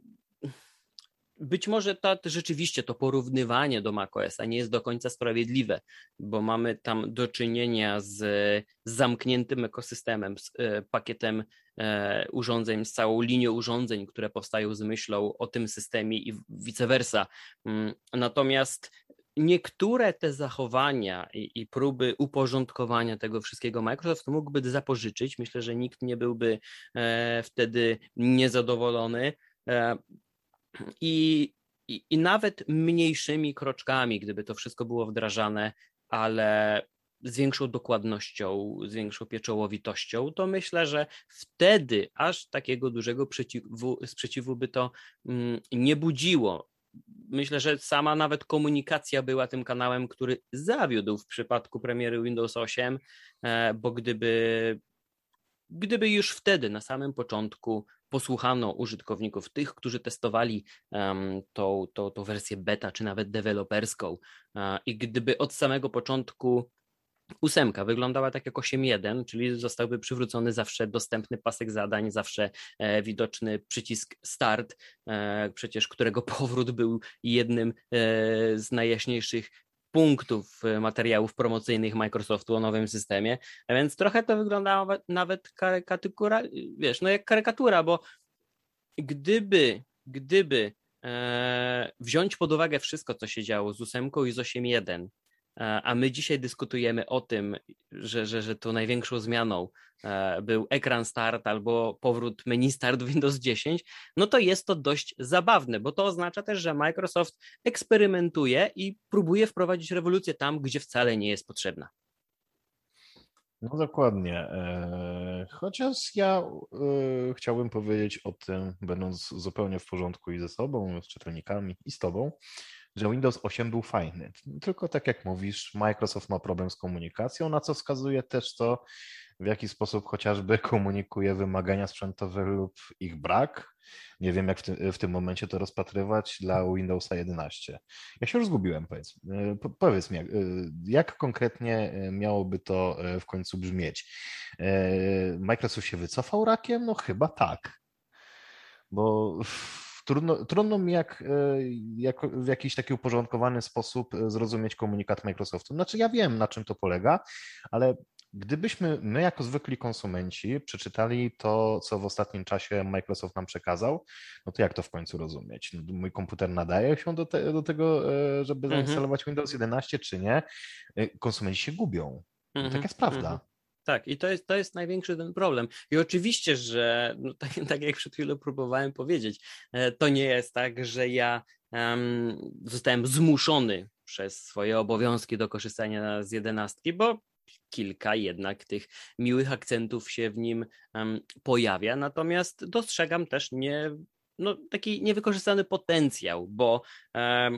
być może to rzeczywiście to porównywanie do macOSa nie jest do końca sprawiedliwe, bo mamy tam do czynienia z, z zamkniętym ekosystemem, z e, pakietem e, urządzeń, z całą linią urządzeń, które powstają z myślą o tym systemie i vice versa. Mm, Natomiast niektóre te zachowania i, i próby uporządkowania tego wszystkiego Microsoft mógłby zapożyczyć. Myślę, że nikt nie byłby e, wtedy niezadowolony. E, i, i, I nawet mniejszymi kroczkami, gdyby to wszystko było wdrażane, ale z większą dokładnością, z większą pieczołowitością, to myślę, że wtedy aż takiego dużego przeciwu, sprzeciwu by to mm, nie budziło. Myślę, że sama nawet komunikacja była tym kanałem, który zawiódł w przypadku premiery Windows osiem, e, bo gdyby Gdyby już wtedy, na samym początku, posłuchano użytkowników, tych, którzy testowali um, tą, tą, tą wersję beta, czy nawet deweloperską, uh, i gdyby od samego początku ósemka wyglądała tak jak osiem jeden, czyli zostałby przywrócony zawsze dostępny pasek zadań, zawsze e, widoczny przycisk start, e, przecież którego powrót był jednym e, z najjaśniejszych punktów e, materiałów promocyjnych Microsoftu o nowym systemie, a więc trochę to wyglądało nawet karykatura, wiesz, no jak karykatura, bo gdyby, gdyby e, wziąć pod uwagę wszystko, co się działo z ósemką i z osiem jeden, a my dzisiaj dyskutujemy o tym, że, że, że tą największą zmianą był ekran start albo powrót menu start Windows dziesięć, no to jest to dość zabawne, bo to oznacza też, że Microsoft eksperymentuje i próbuje wprowadzić rewolucję tam, gdzie wcale nie jest potrzebna. No dokładnie. E, Chociaż ja e, chciałbym powiedzieć o tym, będąc zupełnie w porządku i ze sobą, z czytelnikami i z tobą, że Windows osiem był fajny. Tylko tak jak mówisz, Microsoft ma problem z komunikacją, na co wskazuje też to, w jaki sposób chociażby komunikuje wymagania sprzętowe lub ich brak. Nie wiem, jak w, ty, w tym momencie to rozpatrywać dla Windowsa jedenaście. Ja się już zgubiłem, powiedz, e, po, powiedz mi, jak, e, jak konkretnie e, miałoby to w końcu brzmieć? Microsoft się wycofał rakiem? No chyba tak, bo trudno, trudno mi jak, jak w jakiś taki uporządkowany sposób zrozumieć komunikat Microsoftu. Znaczy ja wiem, na czym to polega, ale gdybyśmy my jako zwykli konsumenci przeczytali to, co w ostatnim czasie Microsoft nam przekazał, no to jak to w końcu rozumieć? No, mój komputer nadaje się do, te, do tego, żeby Mhm, zainstalować Windows jedenaście, czy nie? Konsumenci się gubią. No, tak mhm, jest prawda. mhm. Tak, i to jest, to jest największy ten problem. I oczywiście, że no, tak, tak jak przed chwilą próbowałem powiedzieć, e, to nie jest tak, że ja um, zostałem zmuszony przez swoje obowiązki do korzystania z jedenastki, bo kilka jednak tych miłych akcentów się w nim um, pojawia, natomiast dostrzegam też nie, no, taki niewykorzystany potencjał, bo um,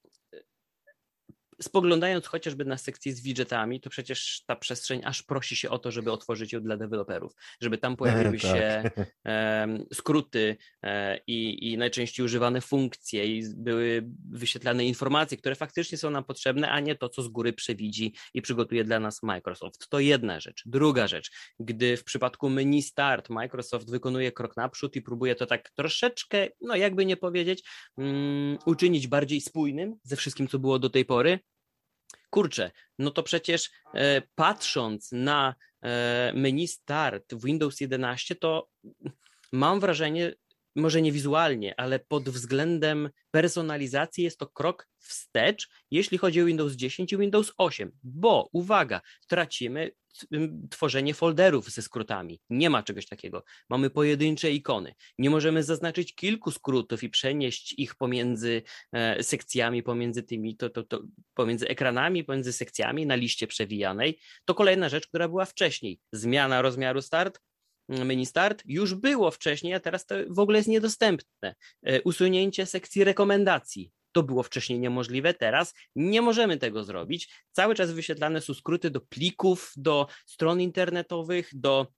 spoglądając chociażby na sekcję z widgetami, to przecież ta przestrzeń aż prosi się o to, żeby otworzyć ją dla deweloperów, żeby tam pojawiły się tak. e, skróty e, i, i najczęściej używane funkcje i były wyświetlane informacje, które faktycznie są nam potrzebne, a nie to, co z góry przewidzi i przygotuje dla nas Microsoft. To jedna rzecz. Druga rzecz, gdy w przypadku menu Start Microsoft wykonuje krok naprzód i próbuje to tak troszeczkę, no jakby nie powiedzieć, um, uczynić bardziej spójnym ze wszystkim, co było do tej pory, kurczę, no to przecież e, patrząc na e, menu Start w Windows jedenaście, to mam wrażenie, może nie wizualnie, ale pod względem personalizacji jest to krok wstecz, jeśli chodzi o Windows dziesięć i Windows osiem, bo uwaga, tracimy tworzenie folderów ze skrótami. Nie ma czegoś takiego. Mamy pojedyncze ikony. Nie możemy zaznaczyć kilku skrótów i przenieść ich pomiędzy e, sekcjami, pomiędzy tymi, to, to, to, pomiędzy ekranami, pomiędzy sekcjami na liście przewijanej. To kolejna rzecz, która była wcześniej. Zmiana rozmiaru start, menu start już było wcześniej, a teraz to w ogóle jest niedostępne. E, usunięcie sekcji rekomendacji. To było wcześniej niemożliwe, teraz nie możemy tego zrobić. Cały czas wyświetlane są skróty do plików, do stron internetowych, do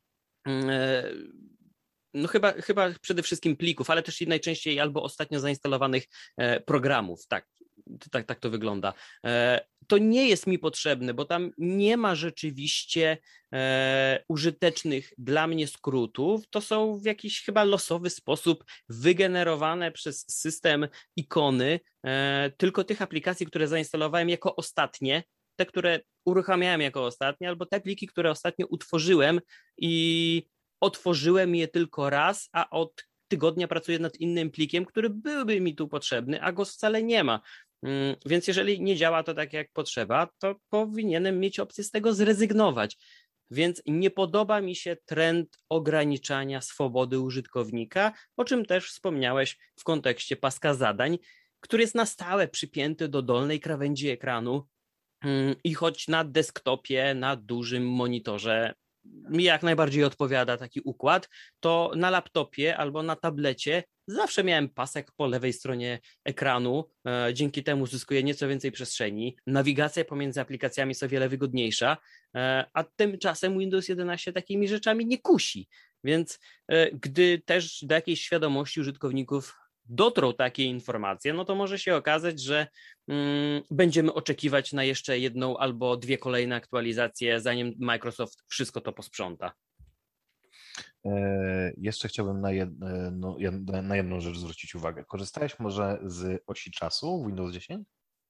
no chyba, chyba przede wszystkim plików, ale też i najczęściej albo ostatnio zainstalowanych programów. Tak, tak, tak to wygląda. To nie jest mi potrzebne, bo tam nie ma rzeczywiście e, użytecznych dla mnie skrótów. To są w jakiś chyba losowy sposób wygenerowane przez system ikony e, tylko tych aplikacji, które zainstalowałem jako ostatnie, te, które uruchamiałem jako ostatnie, albo te pliki, które ostatnio utworzyłem i otworzyłem je tylko raz, a od tygodnia pracuję nad innym plikiem, który byłby mi tu potrzebny, a go wcale nie ma. Więc jeżeli nie działa to tak, jak potrzeba, to powinienem mieć opcję z tego zrezygnować. Więc nie podoba mi się trend ograniczania swobody użytkownika, o czym też wspomniałeś w kontekście paska zadań, który jest na stałe przypięty do dolnej krawędzi ekranu i choć na desktopie, na dużym monitorze mi jak najbardziej odpowiada taki układ, to na laptopie albo na tablecie zawsze miałem pasek po lewej stronie ekranu, e, dzięki temu zyskuję nieco więcej przestrzeni, nawigacja pomiędzy aplikacjami jest o wiele wygodniejsza, e, a tymczasem Windows jedenaście takimi rzeczami nie kusi, więc e, gdy też do jakiejś świadomości użytkowników dotrą takie informacje, no to może się okazać, że mm, będziemy oczekiwać na jeszcze jedną albo dwie kolejne aktualizacje, zanim Microsoft wszystko to posprząta. E, jeszcze chciałbym na, jed, no, na jedną rzecz zwrócić uwagę. Korzystałeś może z osi czasu w Windows dziesięć?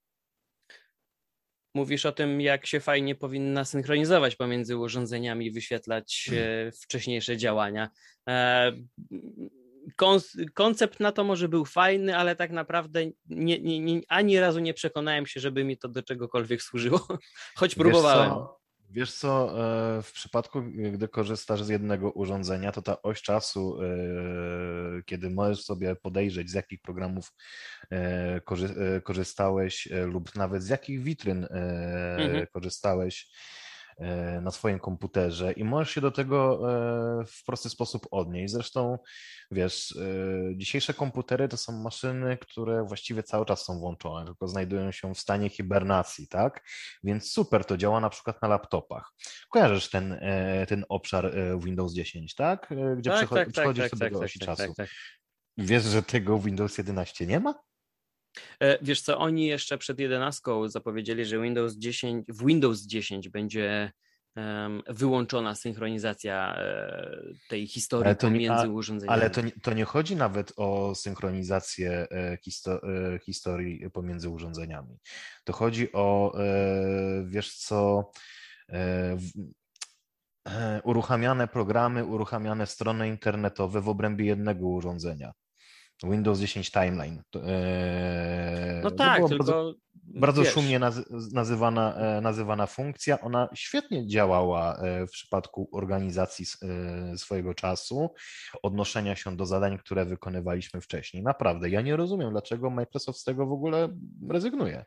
Mówisz o tym, jak się fajnie powinna synchronizować pomiędzy urządzeniami i wyświetlać e, wcześniejsze działania. E, Koncept na to może był fajny, ale tak naprawdę nie, nie, nie, ani razu nie przekonałem się, żeby mi to do czegokolwiek służyło, choć próbowałem. Wiesz co, wiesz co, w przypadku, gdy korzystasz z jednego urządzenia, to ta oś czasu, kiedy możesz sobie podejrzeć, z jakich programów korzystałeś lub nawet z jakich witryn mhm. korzystałeś na swoim komputerze i możesz się do tego w prosty sposób odnieść. Zresztą, wiesz, dzisiejsze komputery to są maszyny, które właściwie cały czas są włączone, tylko znajdują się w stanie hibernacji, tak? Więc super to działa na przykład na laptopach. Kojarzysz ten, ten obszar Windows dziesięć, tak? Gdzie tak, przycho- tak, przychodzisz tak, sobie tak, do tak, osi tak, czasu. tak, tak. Wiesz, że tego w Windows jedenaście nie ma? Wiesz co, oni jeszcze przed jedenastką zapowiedzieli, że Windows dziesięć, w Windows dziesięć będzie um, wyłączona synchronizacja e, tej historii pomiędzy nie, a, urządzeniami. Ale to nie, to nie chodzi nawet o synchronizację e, histo, e, historii pomiędzy urządzeniami. To chodzi o, e, wiesz co, e, w, e, uruchamiane programy, uruchamiane strony internetowe w obrębie jednego urządzenia. Windows dziesięć Timeline. E, no to tak, było tylko bardzo, bardzo wiesz, szumnie naz- nazywana, e, nazywana funkcja. Ona świetnie działała e, w przypadku organizacji s- e, swojego czasu, odnoszenia się do zadań, które wykonywaliśmy wcześniej. Naprawdę, ja nie rozumiem, dlaczego Microsoft z tego w ogóle rezygnuje.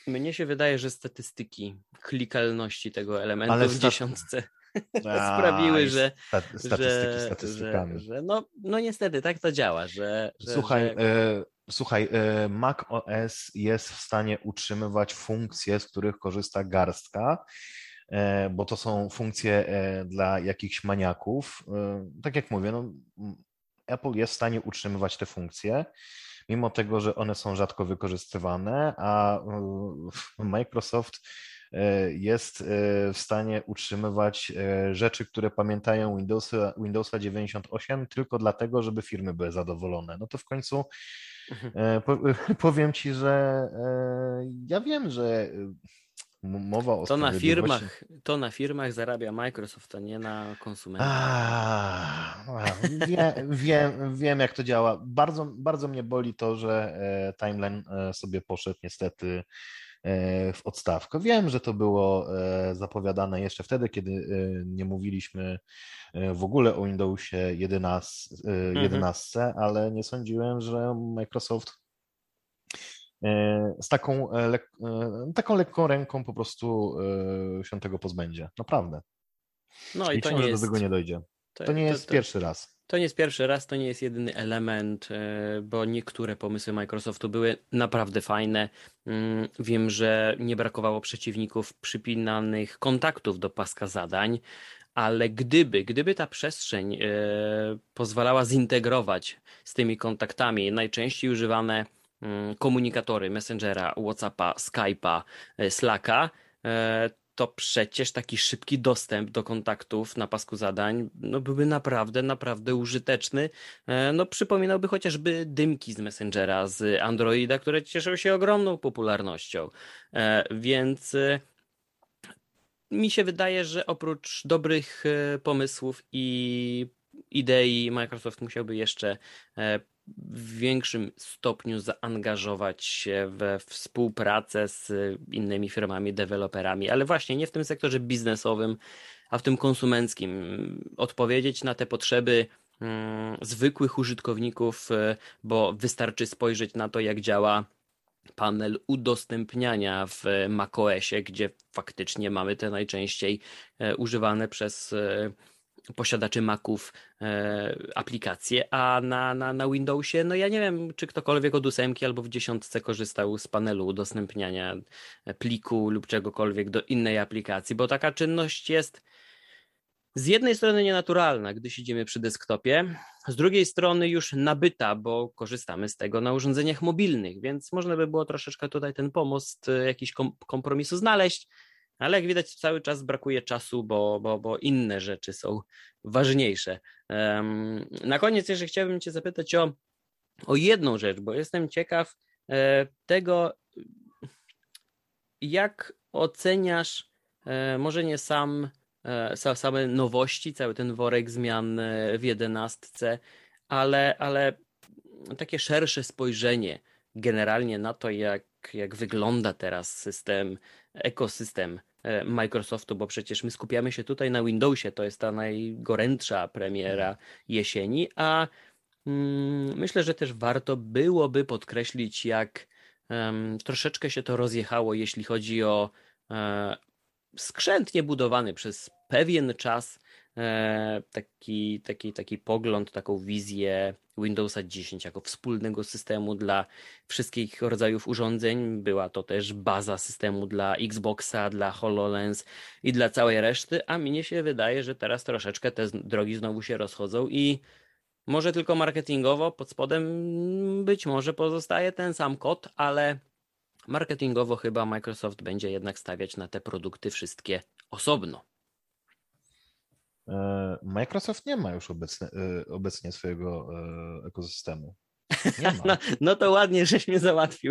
Mnie się wydaje, że statystyki klikalności tego elementu Ale w stat... dziesiątce A, sprawiły, i że, sta- statystyki że, że, statystykami. że no, no niestety tak to działa, że, że, Słuchaj, że e, słuchaj, e, macOS jest w stanie utrzymywać funkcje, z których korzysta garstka, e, bo to są funkcje e, dla jakichś maniaków. E, tak jak mówię, no, m, Apple jest w stanie utrzymywać te funkcje, mimo tego, że one są rzadko wykorzystywane, a e, Microsoft e, jest e, w stanie utrzymywać e, rzeczy, które pamiętają Windowsa, Windowsa dziewięćdziesiąt osiem tylko dlatego, żeby firmy były zadowolone. No to w końcu e, po, powiem Ci, że e, ja wiem, że m- mowa o to na sprawiedliwości. firmach, to na firmach zarabia Microsoft, a nie na konsumentach. A, a, wie, wiem, wiem, jak to działa. Bardzo, bardzo mnie boli to, że e, Timeline e, sobie poszedł niestety e, w odstawkę. Wiem, że to było e, zapowiadane jeszcze wtedy, kiedy e, nie mówiliśmy e, w ogóle o Windowsie jedenaście, e, Mhm. jedenaście, ale nie sądziłem, że Microsoft e, z taką, e, lek, e, taką lekką ręką po prostu e, się tego pozbędzie. Naprawdę. No i to Liczyłem, nie że do tego jest, nie dojdzie. to, To nie to, jest to, pierwszy raz. to nie jest pierwszy raz, to nie jest jedyny element, e, bo niektóre pomysły Microsoftu były naprawdę fajne. Mm, Wiem, że nie brakowało przeciwników przypinanych kontaktów do paska zadań, ale gdyby, gdyby ta przestrzeń e, pozwalała zintegrować z tymi kontaktami najczęściej używane mm, komunikatory Messengera, WhatsAppa, Skype'a, e, Slacka, e, to przecież taki szybki dostęp do kontaktów na pasku zadań no, byłby naprawdę, naprawdę użyteczny. E, No, przypominałby chociażby dymki z Messengera, z Androida, które cieszą się ogromną popularnością. E, Więc e, mi się wydaje, że oprócz dobrych e, pomysłów i idei, Microsoft musiałby jeszcze e, w większym stopniu zaangażować się we współpracę z innymi firmami, deweloperami, ale właśnie nie w tym sektorze biznesowym, a w tym konsumenckim. Odpowiedzieć na te potrzeby mm, zwykłych użytkowników, e, bo wystarczy spojrzeć na to, jak działa panel udostępniania w macOSie, gdzie faktycznie mamy te najczęściej e, używane przez e, posiadaczy Maców e, aplikacje, a na, na, na Windowsie, no ja nie wiem, czy ktokolwiek od ósemki albo w dziesiątce korzystał z panelu udostępniania pliku lub czegokolwiek do innej aplikacji, bo taka czynność jest z jednej strony nienaturalna, gdy siedzimy przy desktopie, z drugiej strony już nabyta, bo korzystamy z tego na urządzeniach mobilnych, więc można by było troszeczkę tutaj ten pomost, y, jakiś kom kompromisu znaleźć, ale jak widać cały czas brakuje czasu, bo, bo, bo inne rzeczy są ważniejsze. Um, na koniec jeszcze chciałbym Cię zapytać o, o jedną rzecz, bo jestem ciekaw e, tego, jak oceniasz, e, może nie sam, e, same nowości, cały ten worek zmian e, w jedenastce, ale, ale takie szersze spojrzenie generalnie na to, jak, jak wygląda teraz system, ekosystem e, Microsoftu, bo przecież my skupiamy się tutaj na Windowsie, to jest ta najgorętsza premiera jesieni, a Mm, myślę, że też warto byłoby podkreślić, jak em, troszeczkę się to rozjechało, jeśli chodzi o e, skrzętnie budowany przez pewien czas e, taki, taki, taki pogląd, taką wizję Windowsa dziesięć jako wspólnego systemu dla wszystkich rodzajów urządzeń. Była to też baza systemu dla Xboxa, dla HoloLens i dla całej reszty, a mnie się wydaje, że teraz troszeczkę te z- drogi znowu się rozchodzą i może tylko marketingowo, pod spodem być może pozostaje ten sam kod, ale marketingowo chyba Microsoft będzie jednak stawiać na te produkty wszystkie osobno. E, Microsoft nie ma już obecnie, e, obecnie swojego e, ekosystemu. Nie No, ma. no to ładnie, żeś mnie załatwił.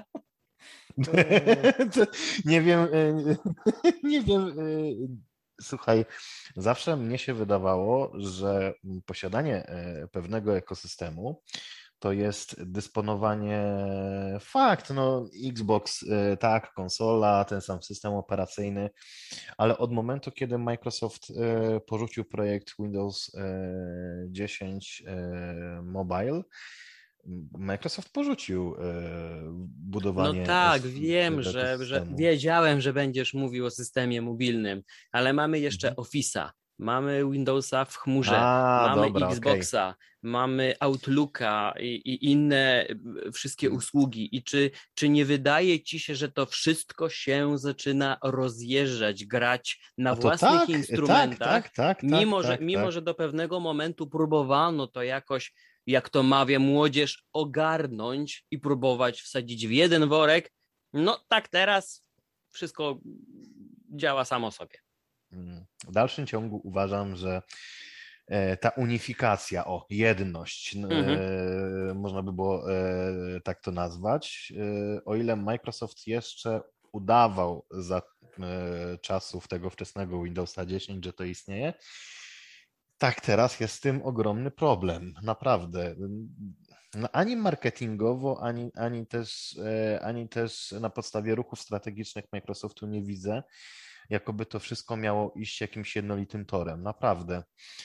To Nie wiem, e, nie wiem. e, Słuchaj, zawsze mnie się wydawało, że posiadanie e, pewnego ekosystemu to jest dysponowanie fakt, no Xbox, e, tak, konsola, ten sam system operacyjny, ale od momentu, kiedy Microsoft e, porzucił projekt Windows e, dziesięć e, Mobile, Microsoft porzucił budowanie. No tak, wiem, że, że wiedziałem, że będziesz mówił o systemie mobilnym, ale mamy jeszcze mhm. Office'a, mamy Windowsa w chmurze, A, mamy dobra, Xboxa, okay. mamy Outlooka i, i inne wszystkie hmm. usługi. I czy, czy nie wydaje ci się, że to wszystko się zaczyna rozjeżdżać, grać na własnych tak, instrumentach, tak, tak, tak, mimo, tak, że, tak, mimo tak. że do pewnego momentu próbowano to jakoś, jak to mawia młodzież, ogarnąć i próbować wsadzić w jeden worek, no tak teraz wszystko działa samo sobie. W dalszym ciągu uważam, że ta unifikacja, o jedność, mhm. e, można by było e, tak to nazwać, e, o ile Microsoft jeszcze udawał za e, czasów tego wczesnego Windowsa dziesięć, że to istnieje, tak teraz jest z tym ogromny problem, naprawdę. No, ani marketingowo, ani, ani, też, ani też na podstawie ruchów strategicznych Microsoftu nie widzę, jakoby to wszystko miało iść jakimś jednolitym torem. Naprawdę.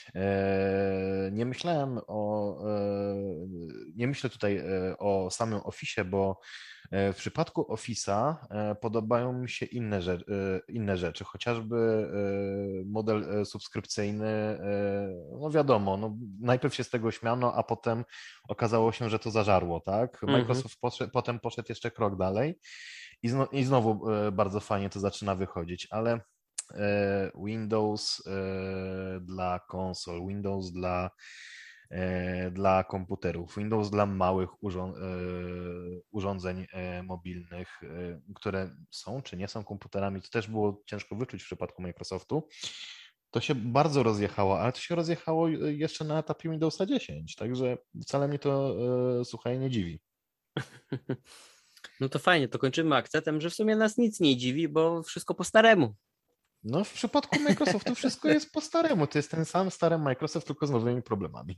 Nie myślałem o, nie myślę tutaj o samym Office'ie, bo w przypadku Office'a podobają mi się inne rzeczy, inne rzeczy, chociażby model subskrypcyjny, no wiadomo, no najpierw się z tego śmiano, a potem okazało się, że to zażarło, tak? Microsoft mm-hmm. poszedł, potem poszedł jeszcze krok dalej i, zno, i znowu bardzo fajnie to zaczyna wychodzić, ale Windows dla konsol, Windows dla dla komputerów, Windows dla małych urządzeń mobilnych, które są czy nie są komputerami, to też było ciężko wyczuć w przypadku Microsoftu. To się bardzo rozjechało, ale to się rozjechało jeszcze na etapie Windowsa dziesięć, także wcale mnie to, słuchaj, nie dziwi. No to fajnie, to kończymy akcentem, że w sumie nas nic nie dziwi, bo wszystko po staremu. No w przypadku Microsoftu wszystko jest po staremu. To jest ten sam stary Microsoft, tylko z nowymi problemami.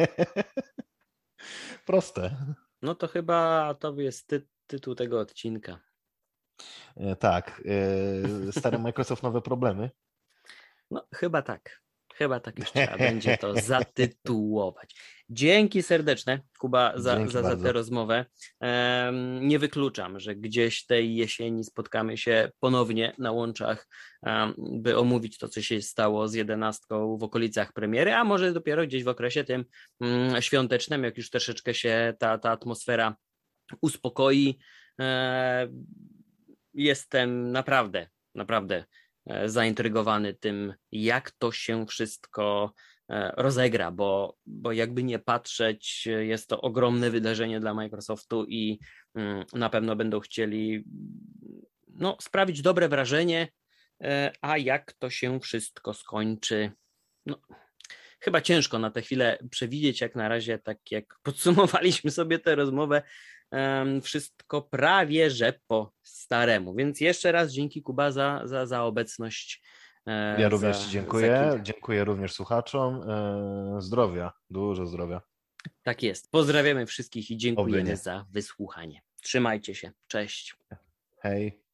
Proste. No to chyba to jest ty, tytuł tego odcinka. Tak. Stary Microsoft, nowe problemy. No chyba tak. Chyba tak już trzeba będzie to zatytułować. Dzięki serdeczne, Kuba, za, za, za tę rozmowę. Um, nie wykluczam, że gdzieś tej jesieni spotkamy się ponownie na łączach, um, by omówić to, co się stało z jedenastką w okolicach premiery, a może dopiero gdzieś w okresie tym um, świątecznym, jak już troszeczkę się ta, ta atmosfera uspokoi. Um, jestem naprawdę, naprawdę zaintrygowany tym, jak to się wszystko rozegra, bo, bo jakby nie patrzeć, jest to ogromne wydarzenie dla Microsoftu i na pewno będą chcieli no, sprawić dobre wrażenie, a jak to się wszystko skończy, no, chyba ciężko na tę chwilę przewidzieć, jak na razie, tak jak podsumowaliśmy sobie tę rozmowę, wszystko prawie że po staremu. Więc jeszcze raz dzięki, Kuba, za, za, za obecność. Ja również Ci dziękuję. Dziękuję również słuchaczom. Zdrowia, dużo zdrowia. Tak jest. Pozdrawiamy wszystkich i dziękujemy za wysłuchanie. Trzymajcie się. Cześć. Hej.